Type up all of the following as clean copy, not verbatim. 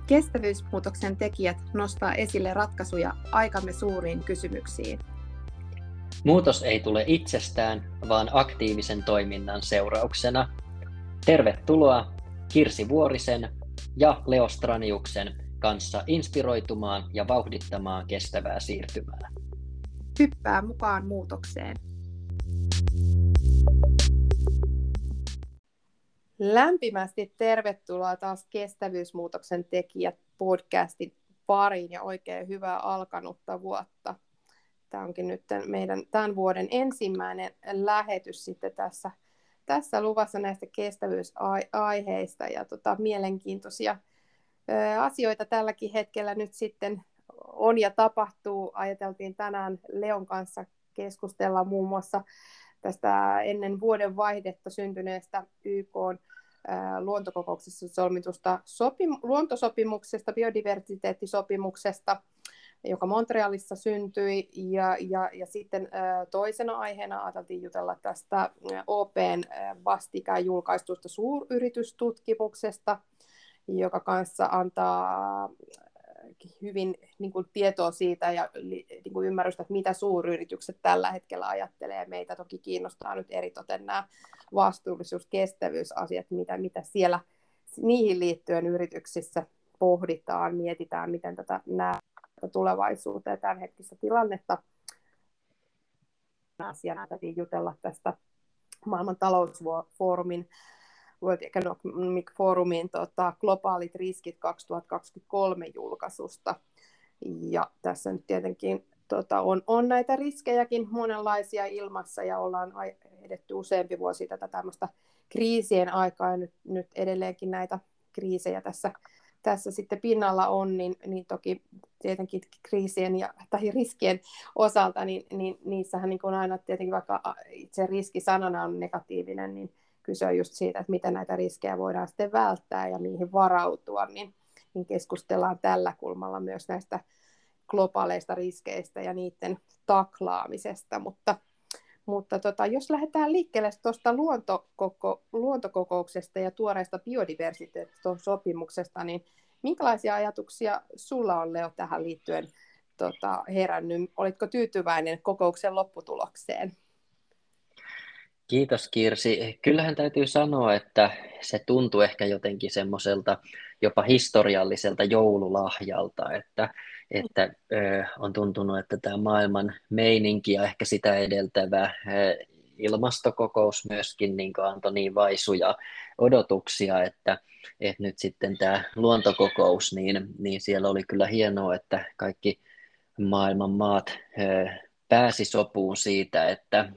Kestävyysmuutoksen tekijät nostaa esille ratkaisuja aikamme suuriin kysymyksiin. Muutos ei tule itsestään, vaan aktiivisen toiminnan seurauksena. Tervetuloa Kirsi Vuorisen ja Leo Straniuksen kanssa inspiroitumaan ja vauhdittamaan kestävää siirtymää. Hyppää mukaan muutokseen. Lämpimästi tervetuloa taas Kestävyysmuutoksen tekijät podcastin pariin ja oikein hyvää alkanutta vuotta. Tämä onkin nyt meidän tämän vuoden ensimmäinen lähetys sitten tässä luvassa näistä kestävyysaiheista ja mielenkiintoisia asioita tälläkin hetkellä nyt sitten on ja tapahtuu. Ajateltiin tänään Leon kanssa keskustella muun muassa tästä ennen vuoden vaihdetta syntyneestä YK:n luontokokouksessa solmitusta luontosopimuksesta, biodiversiteettisopimuksesta, joka Montrealissa syntyi. Ja sitten toisena aiheena ajateltiin jutella tästä OP:n vastikään julkaistusta suuryritystutkimuksesta, joka kanssa antaa hyvin tietoa siitä ja ymmärrystä, että mitä suuryritykset tällä hetkellä ajattelee. Meitä toki kiinnostaa nyt eritoten nämä vastuullisuus- ja kestävyysasiat, mitä siellä niihin liittyen yrityksissä pohditaan, mietitään, miten tätä tulevaisuutta ja tämänhetkistä tilannetta. Asiana täytyy jutella tästä maailman talousfoorumin World Economic Forumin globaalit riskit 2023 julkaisusta. Ja tässä nyt tietenkin on näitä riskejäkin monenlaisia ilmassa ja ollaan edetty useampi vuosi tätä tämmöistä kriisien aikaa ja nyt edelleenkin näitä kriisejä tässä sitten pinnalla on, niin toki tietenkin kriisien tai riskien osalta, niin niissähän niin kuin aina tietenkin vaikka itse riskisanana on negatiivinen, niin kyse on just siitä, että miten näitä riskejä voidaan sitten välttää ja niihin varautua, niin keskustellaan tällä kulmalla myös näistä globaaleista riskeistä ja niiden taklaamisesta, mutta jos lähdetään liikkeelle tuosta luontokokouksesta ja tuoreesta biodiversiteettisopimuksesta, niin minkälaisia ajatuksia sulla on, Leo, tähän liittyen herännyt? Olitko tyytyväinen kokouksen lopputulokseen? Kiitos Kirsi. Kyllähän täytyy sanoa, että se tuntui ehkä jotenkin semmoiselta jopa historialliselta joululahjalta, että on tuntunut, että tämä maailman meininki ja ehkä sitä edeltävä ilmastokokous myöskin niin antoi niin vaisuja odotuksia, että nyt sitten tämä luontokokous, niin siellä oli kyllä hienoa, että kaikki maailman maat pääsi sopuun siitä, että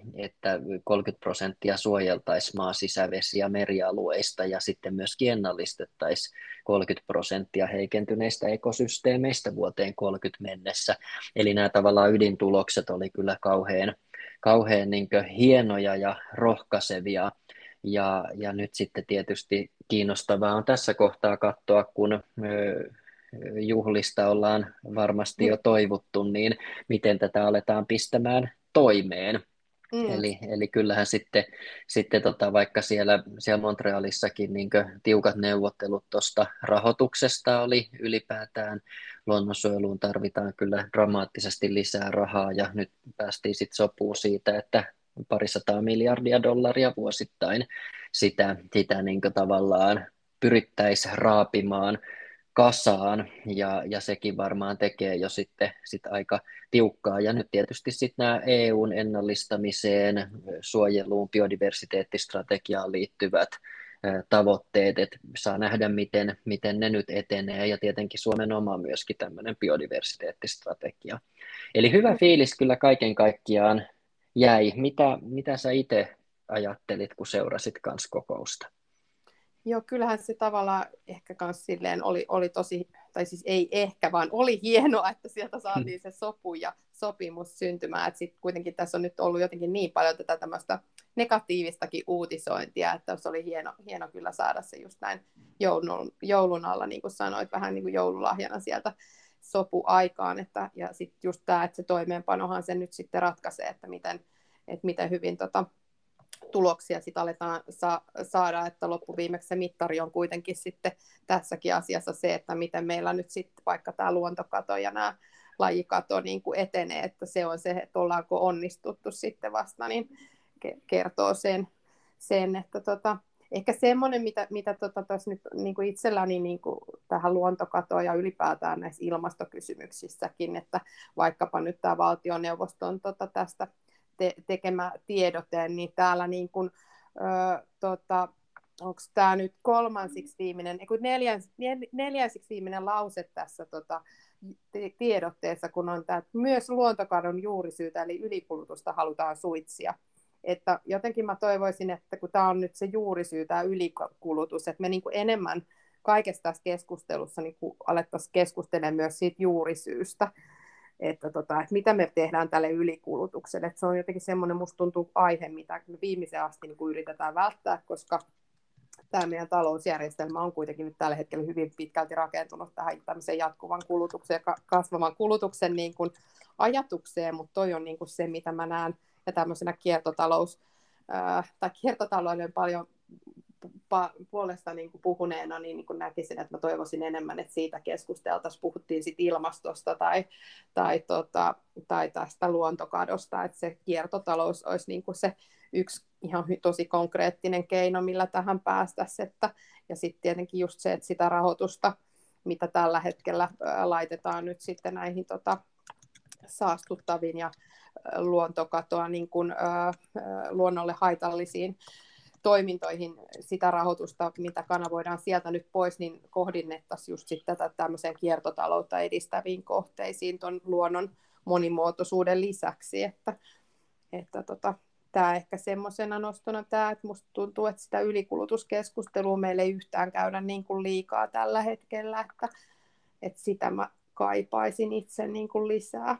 30% suojeltaisiin maan sisävesi- ja merialueista ja sitten myöskin ennallistettaisiin 30% heikentyneistä ekosysteemeistä vuoteen 30 mennessä. Eli nämä tavallaan ydintulokset oli kyllä kauhean niin kuin hienoja ja rohkaisevia. Ja nyt sitten tietysti kiinnostavaa on tässä kohtaa katsoa, kun juhlista ollaan varmasti jo toivottu, niin miten tätä aletaan pistämään toimeen. Eli kyllähän sitten vaikka siellä Montrealissakin niin tiukat neuvottelut tuosta rahoituksesta oli ylipäätään. Luonnonsuojeluun tarvitaan kyllä dramaattisesti lisää rahaa ja nyt päästiin sitten sopuun siitä, että $200 miljardia vuosittain sitä niin tavallaan pyrittäisiin raapimaan kasaan, ja sekin varmaan tekee jo sitten aika tiukkaa. Ja nyt tietysti sitten nämä EUn ennallistamiseen, suojeluun, biodiversiteettistrategiaan liittyvät tavoitteet, että saa nähdä, miten ne nyt etenee, ja tietenkin Suomen oma myöskin tämmöinen biodiversiteettistrategia. Eli hyvä fiilis kyllä kaiken kaikkiaan jäi. Mitä sä itse ajattelit, kun seurasit kans kokousta? Joo, kyllähän se tavallaan ehkä kans silleen oli tosi, tai siis ei ehkä, vaan oli hienoa, että sieltä saatiin se sopu ja sopimus syntymään. Että sitten kuitenkin tässä on nyt ollut jotenkin niin paljon tätä tämmöistä negatiivistakin uutisointia, että se oli hieno kyllä saada se just näin joulun alla, niin kuin sanoit, vähän niin kuin joululahjana sieltä sopuaikaan. Ja sitten just tämä, että se toimeenpanohan sen nyt sitten ratkaisee, että miten hyvin tuloksia sitten aletaan saada, että loppuviimeksi se mittari on kuitenkin sitten tässäkin asiassa se, että miten meillä nyt sitten vaikka tämä luontokato ja nämä lajikato niin kuin etenee, että se on se, että ollaanko onnistuttu sitten vasta, niin kertoo sen että ehkä semmoinen, mitä tässä nyt niin kuin itselläni niin kuin tähän luontokatoon ja ylipäätään näissä ilmastokysymyksissäkin, että vaikkapa nyt tämä valtioneuvoston tästä tekemä tiedote, niin täällä niin kuin, onko tämä nyt kolmansiksi viimeinen, neljänsiksi viimeinen lause tässä tiedotteessa, kun on tämä, että myös luontokadon juurisyytä, eli ylikulutusta halutaan suitsia. Että jotenkin mä toivoisin, että kun tämä on nyt se juurisyy, tämä ylikulutus, että me niin kuin enemmän kaikessa tässä keskustelussa niin alettaisiin keskustelemaan myös siitä juurisyystä, että mitä me tehdään tälle ylikulutukselle. Että se on jotenkin semmoinen, musta tuntuu, aihe, mitä me viimeiseen asti niin kuin yritetään välttää, koska tämä meidän talousjärjestelmä on kuitenkin nyt tällä hetkellä hyvin pitkälti rakentunut tähän tämmöiseen jatkuvan kulutuksen ja kasvavan kulutuksen niin kuin ajatukseen, mutta toi on niin kuin se, mitä mä näen, ja tämmöisenä kiertotalouden paljon puolesta niin kuin puhuneena, niin kuin näkisin, että mä toivoisin enemmän, että siitä keskusteltaisiin, puhuttiin sit ilmastosta tai tästä luontokadosta, että se kiertotalous olisi niin kuin se yksi ihan tosi konkreettinen keino, millä tähän päästäisiin, ja sitten tietenkin just se, että sitä rahoitusta, mitä tällä hetkellä laitetaan nyt sitten näihin saastuttaviin ja luontokatoa niin kuin, luonnolle haitallisiin toimintoihin, sitä rahoitusta, mitä kanavoidaan sieltä nyt pois, niin kohdennettaisiin just sitten tätä tämmöiseen kiertotaloutta edistäviin kohteisiin tuon luonnon monimuotoisuuden lisäksi, että tämä ehkä semmoisena nostona tämä, että musta tuntuu, että sitä ylikulutuskeskustelua meillä ei yhtään käydä niin kuin liikaa tällä hetkellä, että sitä mä kaipaisin itse niin kuin lisää.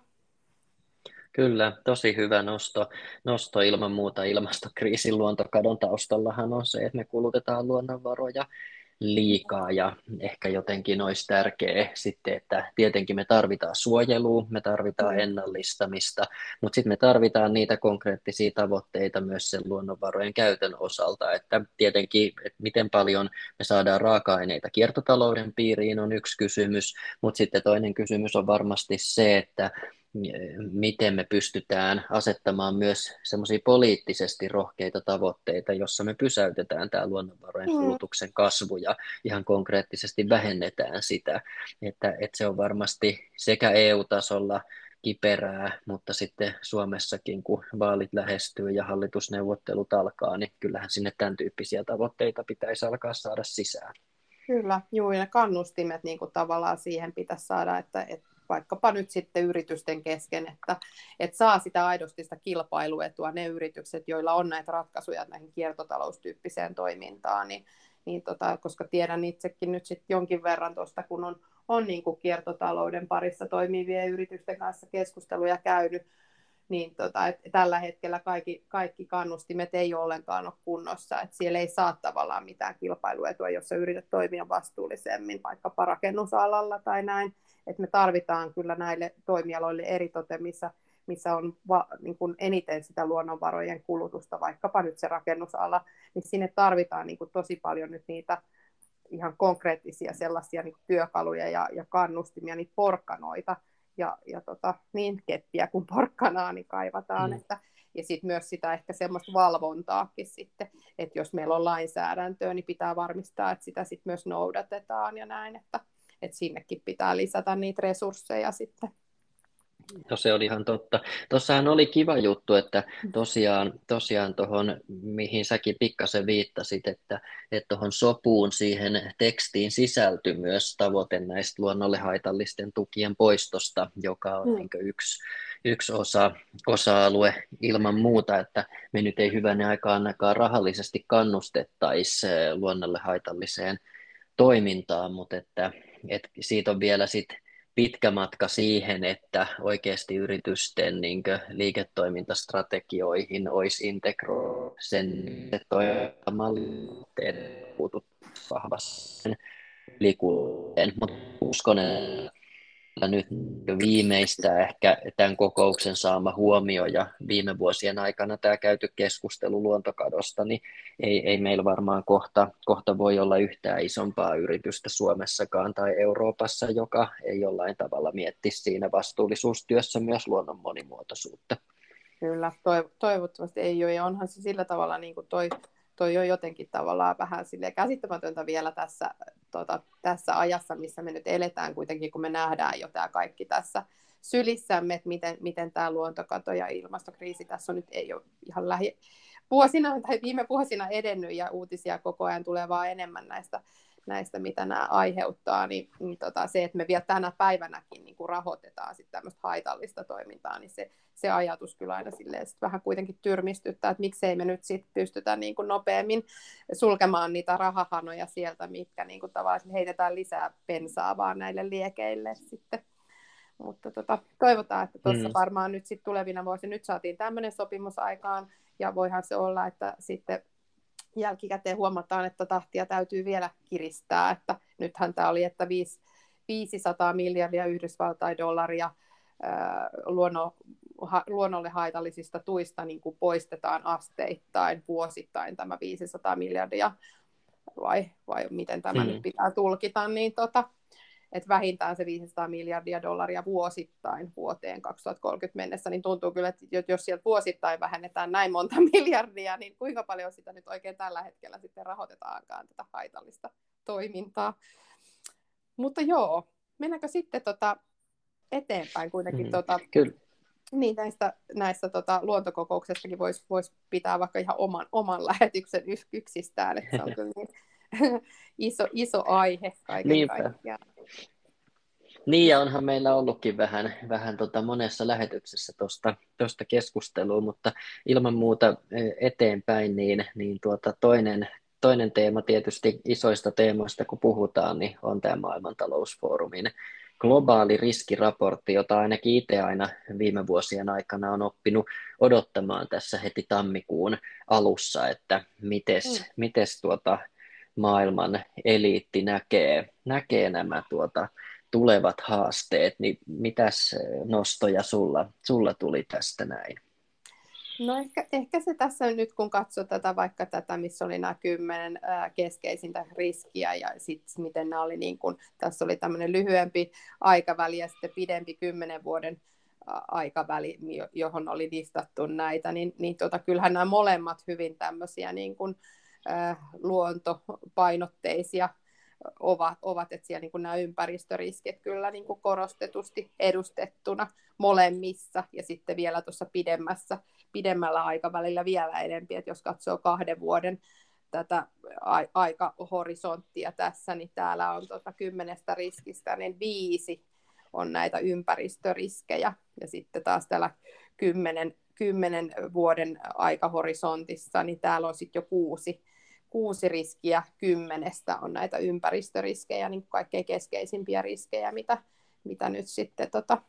Kyllä, tosi hyvä nosto ilman muuta. Ilmastokriisin luontokadon taustallahan on se, että me kulutetaan luonnonvaroja liikaa ja ehkä jotenkin olisi tärkeää sitten, että tietenkin me tarvitaan suojelua, me tarvitaan ennallistamista, mutta sitten me tarvitaan niitä konkreettisia tavoitteita myös sen luonnonvarojen käytön osalta, että tietenkin, että miten paljon me saadaan raaka-aineita kiertotalouden piiriin on yksi kysymys, mutta sitten toinen kysymys on varmasti se, että miten me pystytään asettamaan myös semmoisia poliittisesti rohkeita tavoitteita, jossa me pysäytetään tämä luonnonvarojen kulutuksen kasvu ja ihan konkreettisesti vähennetään sitä, että se on varmasti sekä EU-tasolla kiperää, mutta sitten Suomessakin, kun vaalit lähestyy ja hallitusneuvottelut alkaa, niin kyllähän sinne tämän tyyppisiä tavoitteita pitäisi alkaa saada sisään. Kyllä, juu, ja kannustimet niin kuin tavallaan siihen pitäisi saada, että vaikkapa nyt sitten yritysten kesken, että saa sitä aidosti sitä kilpailuetua, ne yritykset, joilla on näitä ratkaisuja näihin kiertotaloustyyppiseen toimintaan, koska tiedän itsekin nyt sitten jonkin verran tuosta, kun on niin kuin kiertotalouden parissa toimivien yritysten kanssa keskusteluja käynyt, niin tällä hetkellä kaikki kannustimet ei ollenkaan ole kunnossa, että siellä ei saa tavallaan mitään kilpailuetua, jos sä yrität toimia vastuullisemmin, vaikkapa rakennusalalla tai näin, että me tarvitaan kyllä näille toimialoille eritoten, missä on niin kuin eniten sitä luonnonvarojen kulutusta, vaikkapa nyt se rakennusala, niin sinne tarvitaan niin kuin tosi paljon nyt niitä ihan konkreettisia sellaisia niin kuin työkaluja ja kannustimia, niitä porkkanoita, ja niin keppiä kuin porkkanaa niin kaivataan, ja sitten myös sitä ehkä semmoista valvontaakin sitten, että jos meillä on lainsäädäntöä, niin pitää varmistaa, että sitä sitten myös noudatetaan ja näin, että sinnekin pitää lisätä niitä resursseja sitten. No se oli ihan totta. Tuossahan oli kiva juttu, että tosiaan tuohon, mihin säkin pikkasen viittasit, että tuohon sopuun siihen tekstiin sisältyi myös tavoite näistä luonnolle haitallisten tukien poistosta, joka on niin yksi osa-alue ilman muuta, että me nyt ei hyvänä aikaa ainakaan rahallisesti kannustettaisi luonnolle haitalliseen toimintaan, mutta että siitä on vielä sitten pitkä matka siihen, että oikeasti yritysten niin liiketoimintastrategioihin olisi integroitu sen toimintamallitteen puutut vahvasti liikkuvuuteen, mutta uskon, että nyt jo viimeistään ehkä tämän kokouksen saama huomio ja viime vuosien aikana tämä käyty keskustelu luontokadosta, niin ei meillä varmaan kohta voi olla yhtään isompaa yritystä Suomessakaan tai Euroopassa, joka ei jollain tavalla miettisi siinä vastuullisuustyössä myös luonnon monimuotoisuutta. Kyllä, toivottavasti ei ole, ja onhan se sillä tavalla niin kuin toi on jotenkin tavallaan vähän käsittämätöntä vielä tässä ajassa, missä me nyt eletään kuitenkin, kun me nähdään jo tämä kaikki tässä sylissämme, että miten tämä luontokato ja ilmastokriisi tässä on nyt ei ole ihan vuosina tai viime vuosina edennyt, ja uutisia koko ajan tulee vaan enemmän näistä mitä nämä aiheuttaa, niin se, että me vielä tänä päivänäkin niin kuin rahoitetaan sitten tämmöistä haitallista toimintaa, niin se ajatus kyllä aina silleen vähän kuitenkin tyrmistyttää, että miksei me nyt sitten pystytä niin kuin nopeammin sulkemaan niitä rahahanoja sieltä, mitkä niin kuin tavallaan heitetään lisää pensaa vaan näille liekeille sitten. Mutta toivotaan, että tuossa varmaan nyt sitten tulevina vuosina, nyt saatiin tämmöinen sopimus aikaan, ja voihan se olla, että sitten jälkikäteen huomataan, että tahtia täytyy vielä kiristää, että nythän tämä oli, että 500 miljardia Yhdysvaltain dollaria luonnolle haitallisista tuista niin kuin poistetaan asteittain, vuosittain tämä 500 miljardia, vai miten tämä nyt pitää tulkita, niin että vähintään se 500 miljardia dollaria vuosittain vuoteen 2030 mennessä, niin tuntuu kyllä, että jos sieltä vuosittain vähennetään näin monta miljardia, niin kuinka paljon sitä nyt oikein tällä hetkellä sitten rahoitetaankaan tätä haitallista toimintaa. Mutta joo, mennäänkö sitten eteenpäin kuitenkin Kyllä. Niin näistä luontokokouksestakin voisi pitää vaikka ihan oman lähetyksen yksistään, että se on kyllä niin iso aihe kaiken kaikkiaan. Niin, ja onhan meillä ollutkin vähän monessa lähetyksessä tuosta keskustelua, mutta ilman muuta eteenpäin, niin toinen teema tietysti isoista teemoista, kun puhutaan, niin on tämä maailmantalousfoorumin globaali riskiraportti, jota ainakin itse aina viime vuosien aikana on oppinut odottamaan tässä heti tammikuun alussa, että mites maailman eliitti näkee nämä tulevat haasteet, niin mitäs nostoja sulla tuli tästä näin? No ehkä se tässä nyt, kun katsoo vaikka tätä, missä oli nämä 10 keskeisintä riskiä, ja sitten miten nämä oli, niin kun, tässä oli tämmöinen lyhyempi aikaväli ja sitten pidempi 10 vuoden aikaväli, johon oli listattu näitä, niin kyllähän nämä molemmat hyvin tämmöisiä niin kun, luontopainotteisia ovat, että siellä niin kuin nämä ympäristöriskit kyllä niin kuin korostetusti edustettuna molemmissa, ja sitten vielä tuossa pidemmällä aikavälillä vielä enemmän, että jos katsoo 2 vuoden tätä aikahorisonttia tässä, niin täällä on 10 riskistä, niin 5 on näitä ympäristöriskejä, ja sitten taas täällä 10 vuoden aikahorisontissa, niin täällä on sitten jo 6 riskiä 10 on näitä ympäristöriskejä, niin kaikkein keskeisimpiä riskejä, mitä nyt sitten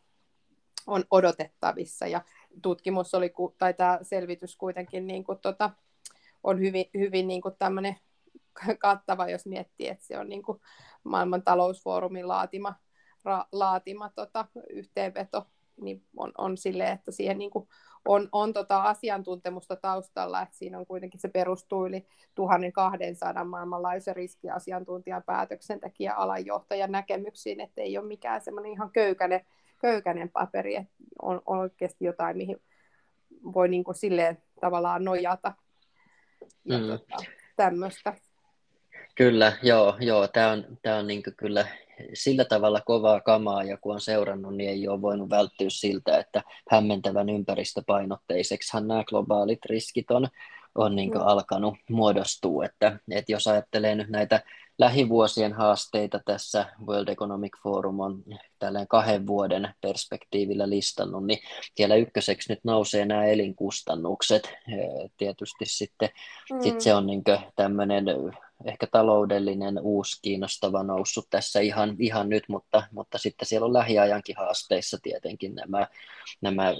on odotettavissa. Ja tutkimus oli, tai tämä selvitys kuitenkin niin kuin, on hyvin niin kuin tämmöinen kattava, jos miettii, että se on niin kuin maailman talousfoorumin laatima yhteenveto, niin on silleen, että siihen niin kuin on asiantuntemusta taustalla, että siinä on kuitenkin se perustuu yli 1200 maailmanlaajuisen riskiasiantuntijan päätöksentekijän alanjohtajan näkemyksiin, että ei ole mikään semmoinen ihan köykäinen paperi, että on oikeasti jotain, mihin voi niin kuin silleen tavallaan nojata ja tämmöistä. Kyllä, joo. Tämä on niin kyllä sillä tavalla kovaa kamaa, ja kun on seurannut, niin ei ole voinut välttyä siltä, että hämmentävän ympäristöpainotteiseksihan nämä globaalit riskit on niin alkanut muodostua, että jos ajattelee nyt näitä lähivuosien haasteita, tässä World Economic Forum on tällainen 2 vuoden perspektiivillä listannut, niin siellä ykköseksi nyt nousee nämä elinkustannukset. Tietysti sitten se on niin tämmöinen ehkä taloudellinen uusi kiinnostava noussut tässä ihan nyt, mutta sitten siellä on lähiajankin haasteissa tietenkin nämä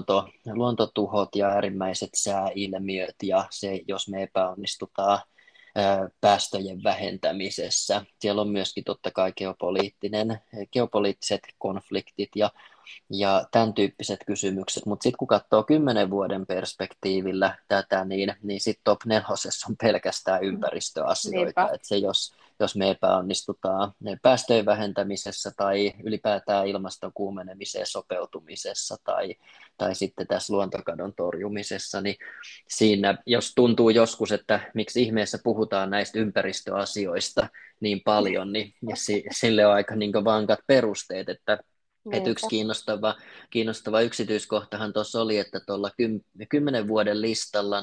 luontotuhot ja äärimmäiset sääilmiöt, ja se, jos me epäonnistutaan päästöjen vähentämisessä. Siellä on myöskin totta kai geopoliittiset konfliktit ja tämän tyyppiset kysymykset, mutta sitten kun katsoo 10 vuoden perspektiivillä tätä, niin sitten top 4 on pelkästään ympäristöasioita, Niinpä. että se jos me epäonnistutaan päästöjen vähentämisessä tai ylipäätään ilmaston kuumenemiseen sopeutumisessa tai sitten tässä luontokadon torjumisessa, niin siinä, jos tuntuu joskus, että miksi ihmeessä puhutaan näistä ympäristöasioista niin paljon, niin sille on aika niin vankat perusteet, että yksi Niinpä. kiinnostava yksityiskohtahan tuossa oli, että tuolla 10 vuoden listalla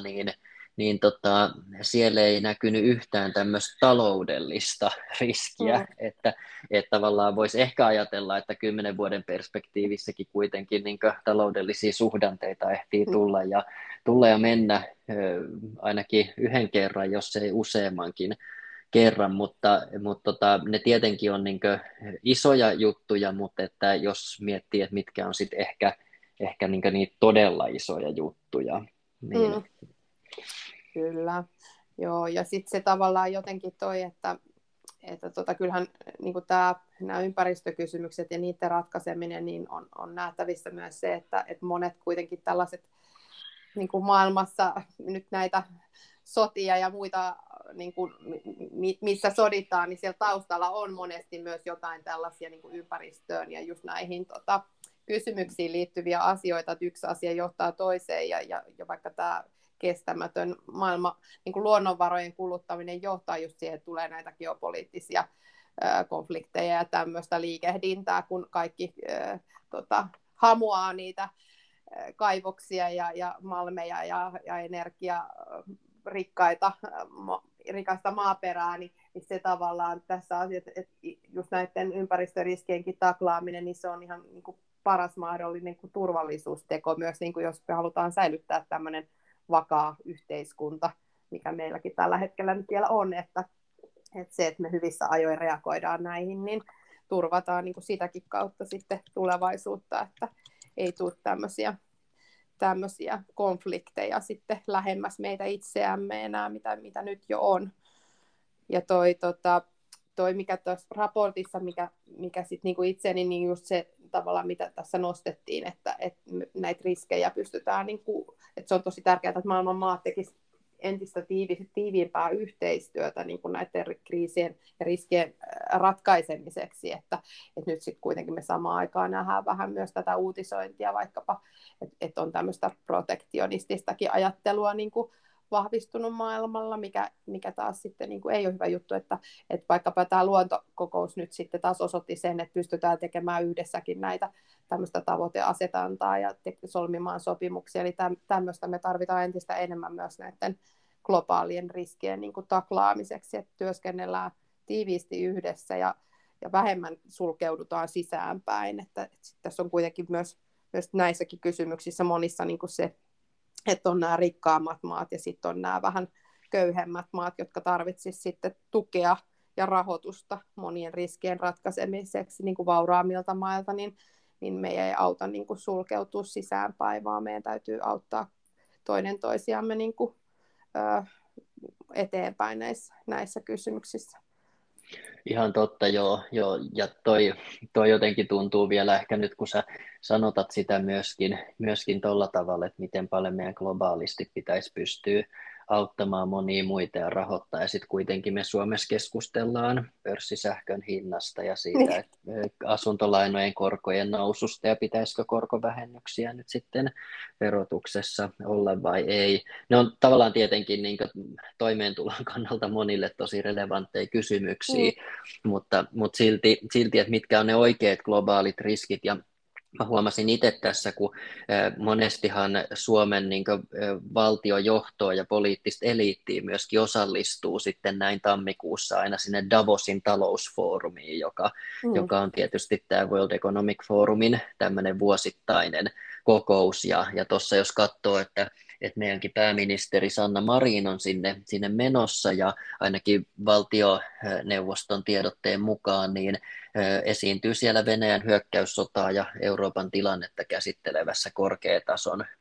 siellä ei näkynyt yhtään tämmöistä taloudellista riskiä, että tavallaan voisi ehkä ajatella, että 10 vuoden perspektiivissäkin kuitenkin niin taloudellisia suhdanteita ehtii tulla ja mennä ainakin yhden kerran, jos ei useammankin kerran, mutta ne tietenkin on niin isoja juttuja, mutta että jos miettii, että mitkä on sitten ehkä niitä todella isoja juttuja, niin Kyllä, joo, ja sitten se tavallaan jotenkin että kyllähän niin nämä ympäristökysymykset ja niiden ratkaiseminen, niin on nähtävissä myös se, että monet kuitenkin tällaiset niin kuin maailmassa nyt näitä sotia ja muita, niin kuin, missä soditaan, niin siellä taustalla on monesti myös jotain tällaisia niin kuin ympäristöön ja just näihin kysymyksiin liittyviä asioita, että yksi asia johtaa toiseen ja vaikka tämä kestämätön maailma, niin kuin luonnonvarojen kuluttaminen johtaa just siihen, että tulee näitä geopoliittisia konflikteja ja tämmöistä liikehdintää, kun kaikki hamuaa niitä kaivoksia ja malmeja ja rikasta maaperää, niin se tavallaan tässä asiassa, että just näiden ympäristöriskienkin taklaaminen, niin se on ihan niin kuin paras mahdollinen niin kuin turvallisuusteko myös, niin kuin jos me halutaan säilyttää tämmöinen vakaa yhteiskunta, mikä meilläkin tällä hetkellä nyt vielä on, että se, että me hyvissä ajoin reagoidaan näihin, niin turvataan niin kuin sitäkin kautta sitten tulevaisuutta, että ei tule tämmöisiä konflikteja sitten lähemmäs meitä itseämme enää, mitä nyt jo on. Ja toi mikä tuossa raportissa, mikä sitten niinku itseni, niin just se tavallaan, mitä tässä nostettiin, että näitä riskejä pystytään, niinku, että se on tosi tärkeää, että maailman maat tekisivät entistä tiiviimpää yhteistyötä niin kuin näiden kriisien ja riskien ratkaisemiseksi, että nyt sitten kuitenkin me samaan aikaan nähdään vähän myös tätä uutisointia vaikkapa, että on tämmöistä protektionististakin ajattelua niin kuin vahvistunut maailmalla, mikä taas sitten niin kuin ei ole hyvä juttu, että vaikkapa tämä luontokokous nyt sitten taas osoitti sen, että pystytään tekemään yhdessäkin näitä tämmöistä tavoiteasetantaa ja solmimaan sopimuksia, eli tämmöistä me tarvitaan entistä enemmän myös näiden globaalien riskien niin kuin taklaamiseksi, että työskennellään tiiviisti yhdessä ja vähemmän sulkeudutaan sisäänpäin, että tässä on kuitenkin myös näissäkin kysymyksissä monissa niin kuin se, että on nämä rikkaammat maat ja sitten on nämä vähän köyhemmät maat, jotka tarvitsisivat sitten tukea ja rahoitusta monien riskien ratkaisemiseksi niin kuin vauraammilta mailta, niin meidän ei auta niin kuin sulkeutua sisäänpäin, vaan meidän täytyy auttaa toinen toisiamme niin kuin, eteenpäin näissä kysymyksissä. Ihan totta, joo. Ja toi jotenkin tuntuu vielä ehkä nyt, kun sä sanotat sitä myöskin tuolla tavalla, että miten paljon meidän globaalisti pitäisi pystyä auttamaan monia muita ja rahoittaa, ja sitten kuitenkin me Suomessa keskustellaan pörssisähkön hinnasta ja siitä, että asuntolainojen korkojen noususta ja pitäisikö korkovähennyksiä nyt sitten verotuksessa olla vai ei. Ne on tavallaan tietenkin niin kuin toimeentulon kannalta monille tosi relevantteja kysymyksiä, mutta silti, että mitkä on ne oikeat globaalit riskit, ja mä huomasin itse tässä, kun monestihan Suomen niin kuin, valtiojohtoa ja poliittista eliittiä myöskin osallistuu sitten näin tammikuussa aina sinne Davosin talousfoorumiin, joka on tietysti tämä World Economic Forumin tämmöinen vuosittainen kokous, ja tuossa jos katsoo, että meidänkin pääministeri Sanna Marin on sinne menossa, ja ainakin valtioneuvoston tiedotteen mukaan niin esiintyy siellä Venäjän hyökkäyssotaa ja Euroopan tilannetta käsittelevässä korkeatason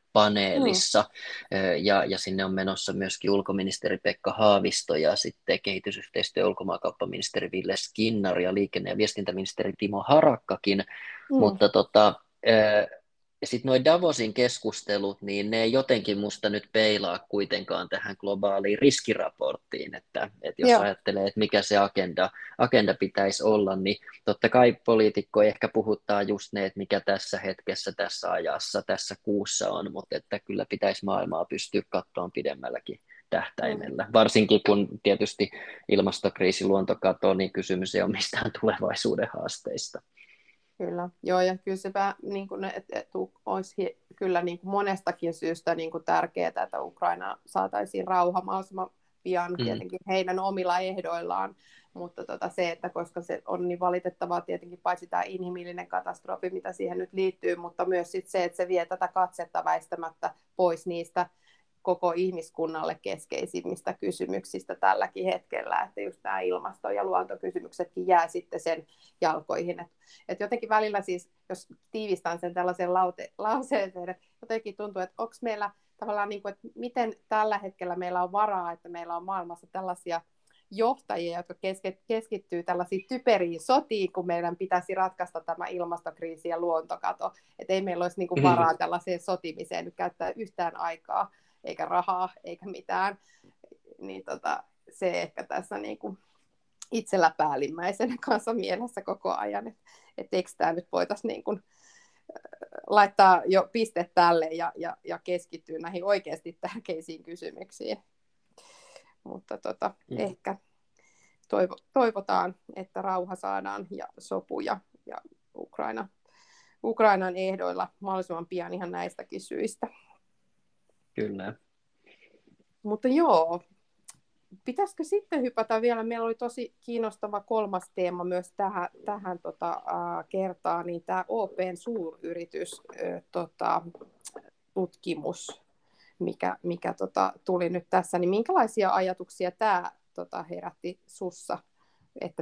Mm. paneelissa, ja sinne on menossa myöskin ulkoministeri Pekka Haavisto ja sitten kehitysyhteistyö- ja ulkomaankauppaministeri Ville Skinnari ja liikenne- ja viestintäministeri Timo Harakkakin, Mm. mutta sitten nuo Davosin keskustelut, niin ne ei jotenkin musta nyt peilaa kuitenkaan tähän globaaliin riskiraporttiin, että jos Joo. ajattelee, että mikä se agenda pitäisi olla, niin totta kai poliitikko ehkä puhuttaa just ne, että mikä tässä hetkessä, tässä ajassa, tässä kuussa on, mutta että kyllä pitäisi maailmaa pystyä katsomaan pidemmälläkin Mm. tähtäimellä. Varsinkin kun tietysti ilmastokriisi, luontokato, niin kysymys ei ole mistään tulevaisuuden haasteista. Kyllä, joo, ja kyllä se niin kuin, olisi kyllä niin kuin monestakin syystä niin kuin tärkeää, että Ukraina saataisiin rauha mahdollisimman pian tietenkin heidän omilla ehdoillaan, mutta se, että koska se on niin valitettavaa tietenkin paitsi tämä inhimillinen katastrofi, mitä siihen nyt liittyy, mutta myös sit se, että se vie tätä katsetta väistämättä pois niistä koko ihmiskunnalle keskeisimmistä kysymyksistä tälläkin hetkellä, että just nämä ilmasto- ja luontokysymyksetkin jää sitten sen jalkoihin. Et jotenkin välillä siis, jos tiivistän sen tällaiseen lauseeseen, jotenkin tuntuu, että onko meillä tavallaan, niin kuin, että miten tällä hetkellä meillä on varaa, että meillä on maailmassa tällaisia johtajia, jotka keskittyy tällaisiin typeriin sotiin, kun meidän pitäisi ratkaista tämä ilmastokriisi ja luontokato. Että ei meillä olisi niin kuin varaa tällaiseen sotimiseen nyt käyttää yhtään aikaa, eikä rahaa, eikä mitään. Niin se ehkä tässä niin kuin itsellä päällimmäisenä kanssa mielessä koko ajan, että eikö tämä nyt voitaisiin niin kuin laittaa jo piste tälle ja keskittyä näihin oikeasti tärkeisiin kysymyksiin. Mutta ehkä toivotaan, että rauha saadaan ja sopu ja Ukrainan ehdoilla mahdollisimman pian ihan näistäkin syistä. Kyllä. Mutta joo, pitäisikö sitten hypätä vielä, meillä oli tosi kiinnostava kolmas teema myös tähän kertaan, niin tämä OP:n suuryritys tutkimus, mikä tuli nyt tässä, niin minkälaisia ajatuksia tämä herätti sussa, että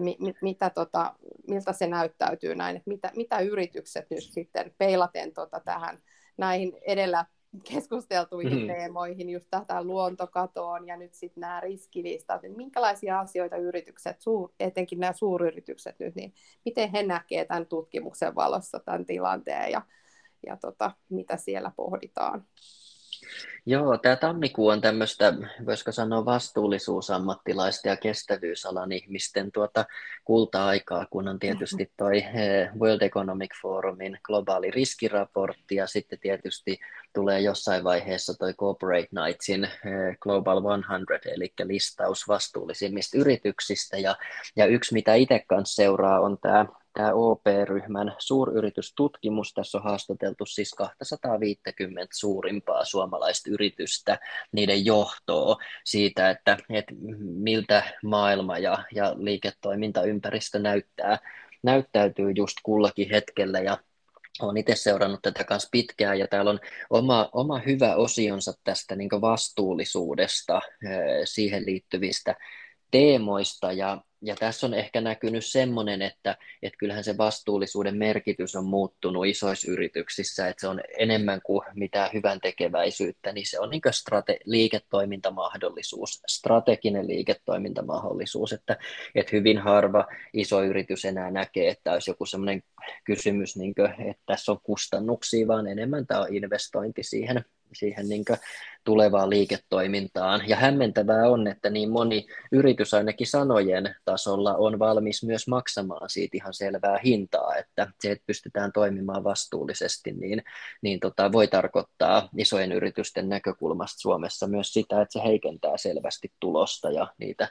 miltä se näyttäytyy näin, että mitä yritykset nyt sitten peilaten tähän näihin edellä keskusteltuihin teemoihin, just tätä luontokatoon ja nyt sitten nämä riskilistat, että minkälaisia asioita yritykset, etenkin nämä suuryritykset nyt, niin miten he näkevät tämän tutkimuksen valossa tämän tilanteen ja mitä siellä pohditaan? Joo, tämä tammikuu on tämmöistä, voisiko sanoa vastuullisuusammattilaista ja kestävyysalan ihmisten kulta-aikaa, kun on tietysti toi World Economic Forumin globaali riskiraportti ja sitten tietysti tulee jossain vaiheessa toi Corporate Knightsin Global 100, eli listaus vastuullisimmista yrityksistä ja yksi mitä itse kanssa seuraa on tämä OP-ryhmän suuryritystutkimus. Tässä on haastateltu siis 250 suurimpaa suomalaista yritystä, niiden johtoa siitä, että miltä maailma ja liiketoimintaympäristö näyttäytyy just kullakin hetkellä. Ja olen itse seurannut tätä kanssa pitkään ja täällä on oma hyvä osionsa tästä niin kuin vastuullisuudesta, siihen liittyvistä teemoista ja tässä on ehkä näkynyt semmoinen, että kyllähän se vastuullisuuden merkitys on muuttunut isoissa yrityksissä, että se on enemmän kuin mitään hyvän tekeväisyyttä, niin se on niin kuin liiketoimintamahdollisuus, strateginen liiketoimintamahdollisuus, että hyvin harva iso yritys enää näkee, että olisi joku semmoinen kysymys, niin kuin, että tässä on kustannuksia, vaan enemmän tämä on investointi siihen niin kuin tulevaan liiketoimintaan. Ja hämmentävää on, että niin moni yritys ainakin sanojen tasolla on valmis myös maksamaan siitä ihan selvää hintaa, että se, että pystytään toimimaan vastuullisesti, niin voi tarkoittaa isojen yritysten näkökulmasta Suomessa myös sitä, että se heikentää selvästi tulosta ja niitä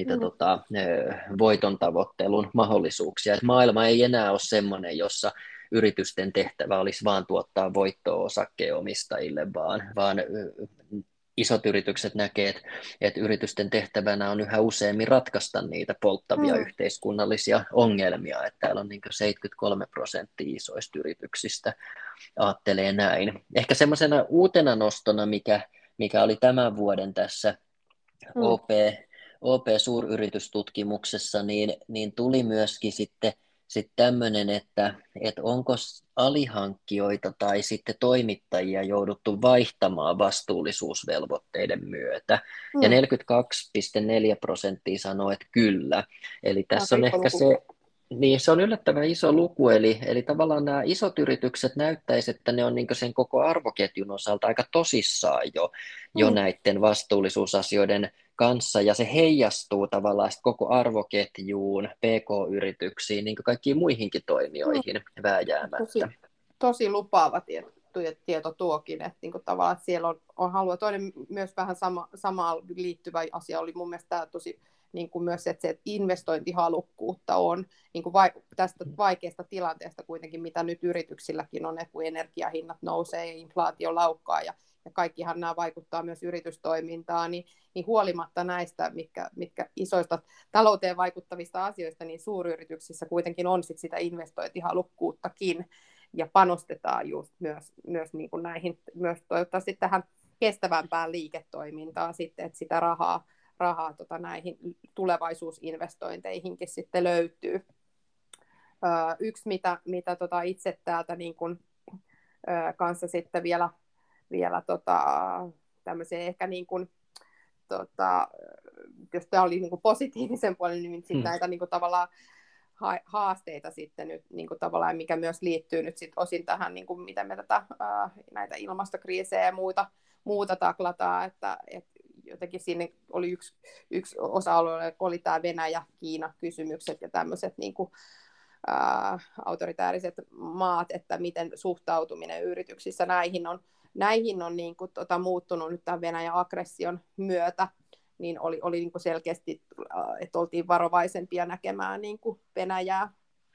voiton tavoittelun mahdollisuuksia. Että maailma ei enää ole semmoinen, jossa yritysten tehtävä olisi vaan tuottaa voittoa osakkeenomistajille, vaan isot yritykset näkee, että yritysten tehtävänä on yhä useammin ratkaista niitä polttavia yhteiskunnallisia ongelmia, että täällä on niin kuin 73% isoista yrityksistä ajattelee näin. Ehkä semmoisena uutena nostona, mikä oli tämän vuoden tässä OP-suuryritystutkimuksessa, niin tuli myöskin sitten sitten tämmöinen, että onko alihankkijoita tai sitten toimittajia jouduttu vaihtamaan vastuullisuusvelvoitteiden myötä. Ja Mm. 42,4% sanoo, että kyllä. Eli tässä Aika on iso ehkä luku. se, niin se on yllättävän iso luku, eli tavallaan nämä isot yritykset näyttäisi, että ne on niin sen koko arvoketjun osalta aika tosissaan jo Mm. näiden vastuullisuusasioiden kanssa, ja se heijastuu tavallaan koko arvoketjuun, PK-yrityksiin, niin kuin kaikkiin muihinkin Mm. toimijoihin vääjäämättä. Tosi lupaava tieto tuokin, että niin kuin tavallaan että siellä on halua. Toinen myös vähän samaan liittyvä asia oli mun mielestä tämä tosi niin kuin myös, että se investointihalukkuutta on niin kuin tästä vaikeasta tilanteesta kuitenkin, mitä nyt yrityksilläkin on, että kun energiahinnat nousee ja inflaatio laukkaa ja kaikkihan nämä vaikuttaa myös yritystoimintaan, niin huolimatta näistä, mitkä isoista talouteen vaikuttavista asioista, niin suuryrityksissä kuitenkin on sitä investointihalukkuuttakin, ja panostetaan just myös niin kuin näihin, myös toivottavasti tähän kestävämpään liiketoimintaan sitten, että sitä rahaa näihin tulevaisuusinvestointeihinkin sitten löytyy. Yksi, mitä itse täältä niin kuin, kanssa sitten vielä tämmöiseen ehkä niin kuin, jos tämä oli niin kuin positiivisen puolen, niin sitten näitä niin kuin tavallaan haasteita sitten nyt niin kuin tavallaan, mikä myös liittyy nyt sit osin tähän, niin kuin miten me näitä ilmastokriisejä ja muuta taklataan, että jotenkin siinä oli yksi osa-alue, oli tämä Venäjä-Kiina-kysymykset ja tämmöiset niin kuin, autoritääriset maat, että miten suhtautuminen yrityksissä näihin on niin kuin, muuttunut nyt tämän Venäjän aggression myötä, niin oli niin kuin selkeästi, että oltiin varovaisempia näkemään niin kuin Venäjää,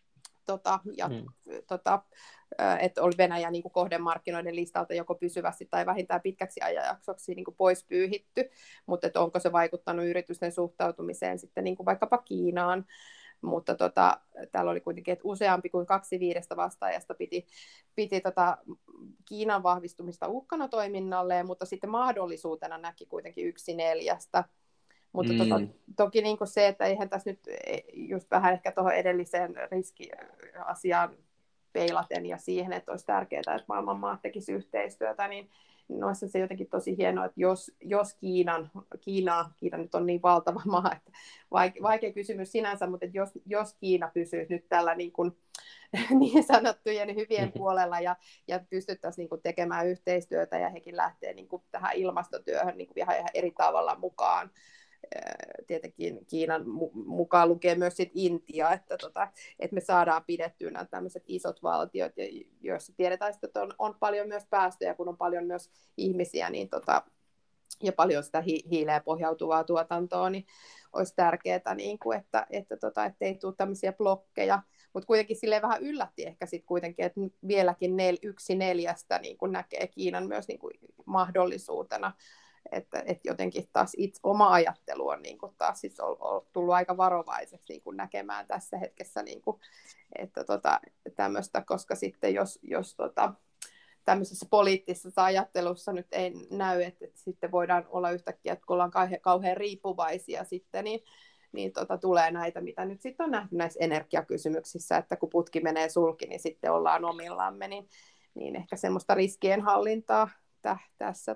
että oli Venäjä niin kuin kohdemarkkinoiden listalta joko pysyvästi tai vähintään pitkäksi ajanjaksoksi niin kuin pois pyyhitty, mutta että onko se vaikuttanut yritysten suhtautumiseen sitten niin kuin vaikkapa Kiinaan, mutta täällä oli kuitenkin, että useampi kuin 2/5 vastaajasta piti Kiinan vahvistumista uhkana toiminnalle, mutta sitten mahdollisuutena näki kuitenkin 1/4. Mutta toki niin kuin se, että eihän tässä nyt just vähän ehkä tuohon edelliseen riskiasiaan peilaten ja siihen, että olisi tärkeää, että maailman maat tekisivät yhteistyötä, niin noissa se jotenkin tosi hienoa, että jos Kiina nyt on niin valtava maa, että vaikea kysymys sinänsä, mutta että jos Kiina pysyy nyt tällä niin sanottujen hyvien puolella ja pystyttäisiin niin kuin tekemään yhteistyötä ja hekin lähtee niin kuin tähän ilmastotyöhön niin kuin ihan eri tavalla mukaan. Tietenkin Kiinan mukaan lukee myös sit Intia, että me saadaan pidettyä nämä tämmöiset isot valtiot, joissa tiedetään, että on paljon myös päästöjä, kun on paljon myös ihmisiä, niin ja paljon sitä hiileen pohjautuvaa tuotantoa, niin olisi tärkeää, niin kuin, että ei tule tämmöisiä blokkeja. Mutta kuitenkin silleen vähän yllätti ehkä sitten kuitenkin, että vieläkin 1/4 niin kuin näkee Kiinan myös niin kuin mahdollisuutena. Että jotenkin taas itse oma ajattelu on niin kuin taas siis on tullut aika varovaiseksi niin kuin näkemään tässä hetkessä, niin kuin, että tämmöistä, koska sitten jos tämmöisessä poliittisessa ajattelussa nyt ei näy, että sitten voidaan olla yhtäkkiä, että kun ollaan kauhean riippuvaisia sitten, niin tulee näitä, mitä nyt sitten on nähty näissä energiakysymyksissä, että kun putki menee sulki, niin sitten ollaan omillamme, niin ehkä semmoista riskienhallintaa tässä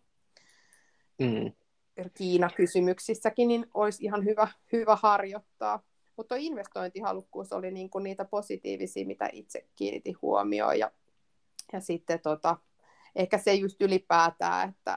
Kiina-kysymyksissäkin niin olisi ihan hyvä harjoittaa. Mutta investointihalukkuus oli niinku niitä positiivisia, mitä itse kiinnitin huomioon. Ja sitten ehkä se just ylipäätään, että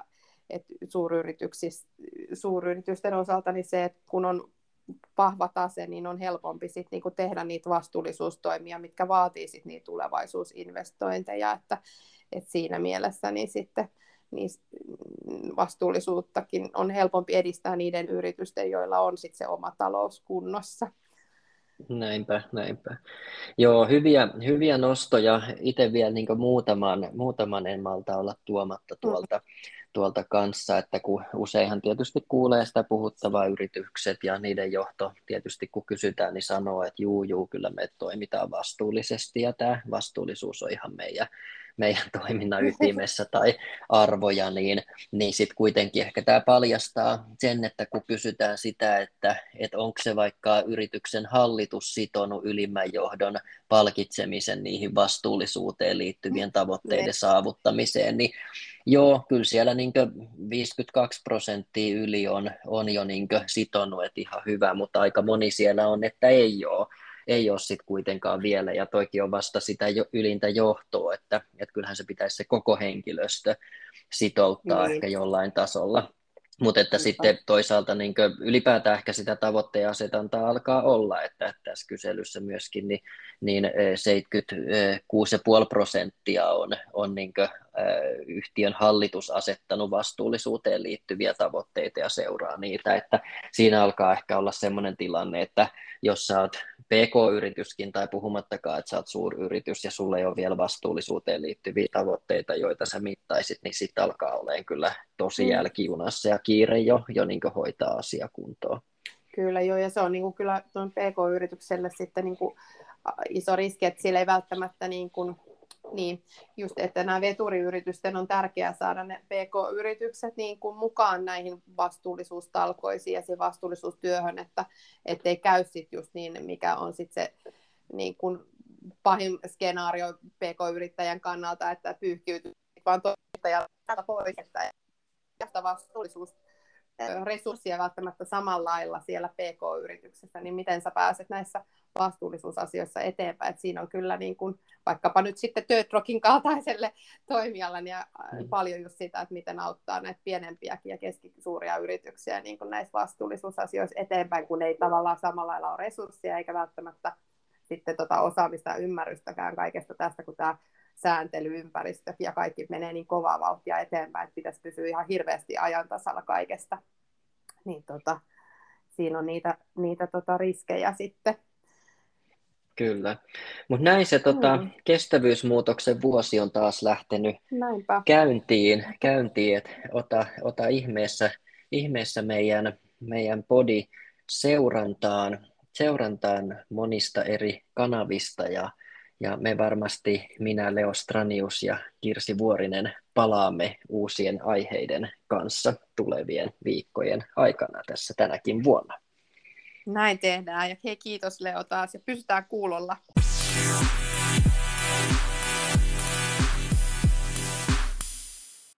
suuryritysten osalta niin se, että kun on vahva tase, niin on helpompi sit niinku tehdä niitä vastuullisuustoimia, mitkä vaatii sit niitä tulevaisuusinvestointeja. Että siinä mielessä niin sitten niin vastuullisuuttakin on helpompi edistää niiden yritysten, joilla on sitten se oma talous kunnossa. Näinpä. Joo, hyviä nostoja. Itse vielä niin muutaman en malta olla tuomatta tuolta kanssa, että kun useinhan tietysti kuulee sitä puhuttavaa yritykset ja niiden johto tietysti kun kysytään, niin sanoo, että juu, kyllä me toimitaan vastuullisesti ja tämä vastuullisuus on ihan meidän toiminnan ytimessä tai arvoja, niin sitten kuitenkin ehkä tämä paljastaa sen, että kun kysytään sitä, että onko se vaikka yrityksen hallitus sitonut ylimmän johdon palkitsemisen niihin vastuullisuuteen liittyvien tavoitteiden saavuttamiseen, niin joo, kyllä siellä niin 52% yli on jo niin sitonut, että ihan hyvä, mutta aika moni siellä on, että ei ole sitten kuitenkaan vielä, ja toikin on vasta sitä ylintä johtoa, että kyllähän se pitäisi se koko henkilöstö sitouttaa ehkä jollain tasolla. Mutta että sitten toisaalta niin ylipäätään ehkä sitä tavoitteen asetantaa alkaa olla, että tässä kyselyssä myöskin niin 76,5% on niin yhtiön hallitus asettanut vastuullisuuteen liittyviä tavoitteita ja seuraa niitä, että siinä alkaa ehkä olla sellainen tilanne, että jos sä oot PK-yrityskin tai puhumattakaan, että sä oot suuryritys ja sulle ei ole vielä vastuullisuuteen liittyviä tavoitteita, joita sä mittaisit, niin sitten alkaa olemaan kyllä tosi jälkijunassa ja kiire jo niin hoitaa asia kuntoon. Kyllä joo, ja se on niin kuin kyllä tuon PK-yritykselle sitten niin kuin iso riski, että sillä ei välttämättä niin, just että nämä veturiyritysten on tärkeää saada ne PK-yritykset niin kuin mukaan näihin vastuullisuustalkoisiin ja siihen vastuullisuustyöhön, että ettei käy sitten just niin, mikä on sitten se niin kuin pahin skenaario PK-yrittäjän kannalta, että pyyhkiytyy vaan toimittajalta pois, että vastuullisuus resursseja välttämättä samalla lailla siellä PK-yrityksessä, niin miten sä pääset näissä vastuullisuusasioissa eteenpäin. Et siinä on kyllä niin kuin, vaikkapa nyt sitten Töötrockin kaltaiselle toimijalle niin paljon just sitä, että miten auttaa näitä pienempiäkin ja keskisuuria yrityksiä niin kuin näissä vastuullisuusasioissa eteenpäin, kun ei tavallaan samalla lailla ole resursseja eikä välttämättä sitten osaamista ja ymmärrystäkään kaikesta tästä, kun tämä sääntelyympäristö ja kaikki menee niin kovaa vauhtia eteenpäin, että pitäisi pysyä ihan hirveästi ajan tasalla kaikesta. Niin siinä on niitä riskejä sitten. Kyllä, mutta näin se kestävyysmuutoksen vuosi on taas lähtenyt käyntiin, että ota ihmeessä meidän podi seurantaan monista eri kanavista ja me varmasti, minä, Leo Stranius ja Kirsi Vuorinen, palaamme uusien aiheiden kanssa tulevien viikkojen aikana tässä tänäkin vuonna. Näin tehdään ja hei, kiitos Leo taas ja pysytään kuulolla.